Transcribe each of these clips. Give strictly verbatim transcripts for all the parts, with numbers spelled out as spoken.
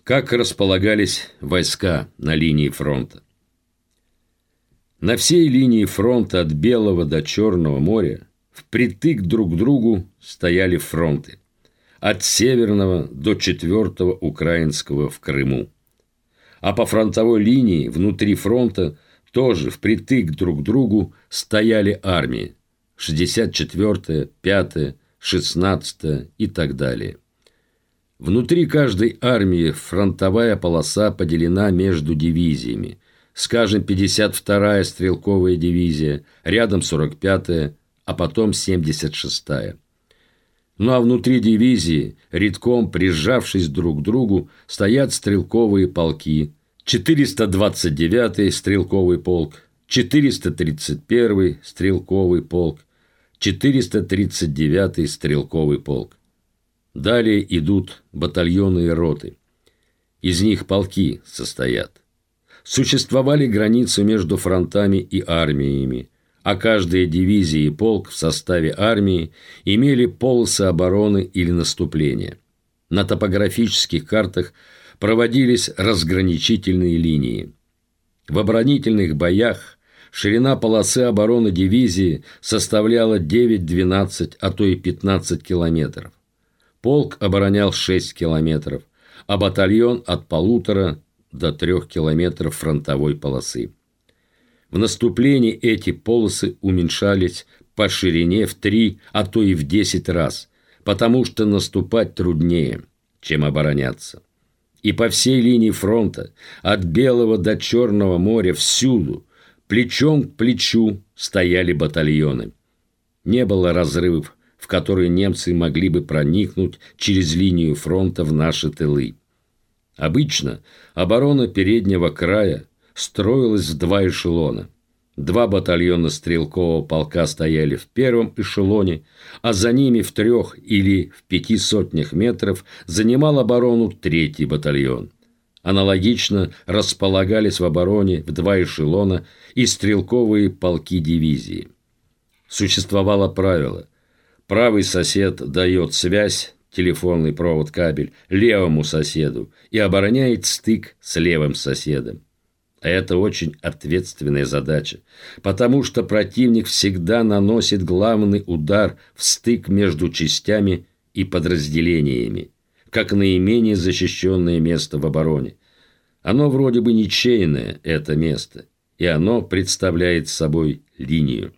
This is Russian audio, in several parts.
Как располагались войска на линии фронта? На всей линии фронта от Белого до Черного моря впритык друг к другу стояли фронты. От Северного до четвёртого Украинского в Крыму. А по фронтовой линии внутри фронта тоже впритык друг к другу стояли армии. шестьдесят четвёртая, пятая, шестнадцатая и так далее. Внутри каждой армии фронтовая полоса поделена между дивизиями. Скажем, пятьдесят вторая стрелковая дивизия, рядом сорок пятая, а потом семьдесят шестая. Ну а внутри дивизии, рядком прижавшись друг к другу, стоят стрелковые полки. четыреста двадцать девятый стрелковый полк, четыреста тридцать первый стрелковый полк, четыреста тридцать девятый стрелковый полк. Далее идут батальоны и роты. Из них полки состоят. Существовали границы между фронтами и армиями, а каждая дивизия и полк в составе армии имели полосы обороны или наступления. На топографических картах проводились разграничительные линии. В оборонительных боях ширина полосы обороны дивизии составляла девять-двенадцать, а то и пятнадцать километров. Полк оборонял шесть километров, а батальон от полутора до трех километров фронтовой полосы. В наступлении эти полосы уменьшались по ширине в три, а то и в десять раз, потому что наступать труднее, чем обороняться. И по всей линии фронта, от Белого до Черного моря, всюду, плечом к плечу стояли батальоны. Не было разрывов, в которые немцы могли бы проникнуть через линию фронта в наши тылы. Обычно оборона переднего края строилась в два эшелона. Два батальона стрелкового полка стояли в первом эшелоне, а за ними в трех или в пяти сотнях метров занимал оборону третий батальон. Аналогично располагались в обороне в два эшелона и стрелковые полки дивизии. Существовало правило: правый сосед дает связь, телефонный провод, кабель, левому соседу и обороняет стык с левым соседом. А это очень ответственная задача, потому что противник всегда наносит главный удар в стык между частями и подразделениями, как наименее защищенное место в обороне. Оно вроде бы ничейное, это место, и оно представляет собой линию.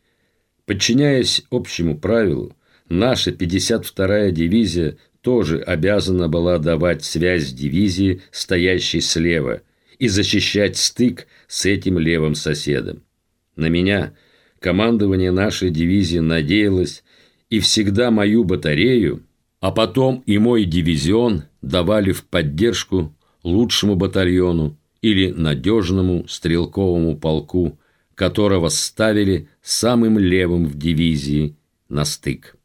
Подчиняясь общему правилу, наша пятьдесят вторая дивизия тоже обязана была давать связь дивизии, стоящей слева, и защищать стык с этим левым соседом. На меня командование нашей дивизии надеялось, и всегда мою батарею, а потом и мой дивизион давали в поддержку лучшему батальону или надежному стрелковому полку, которого ставили самым левым в дивизии на стык.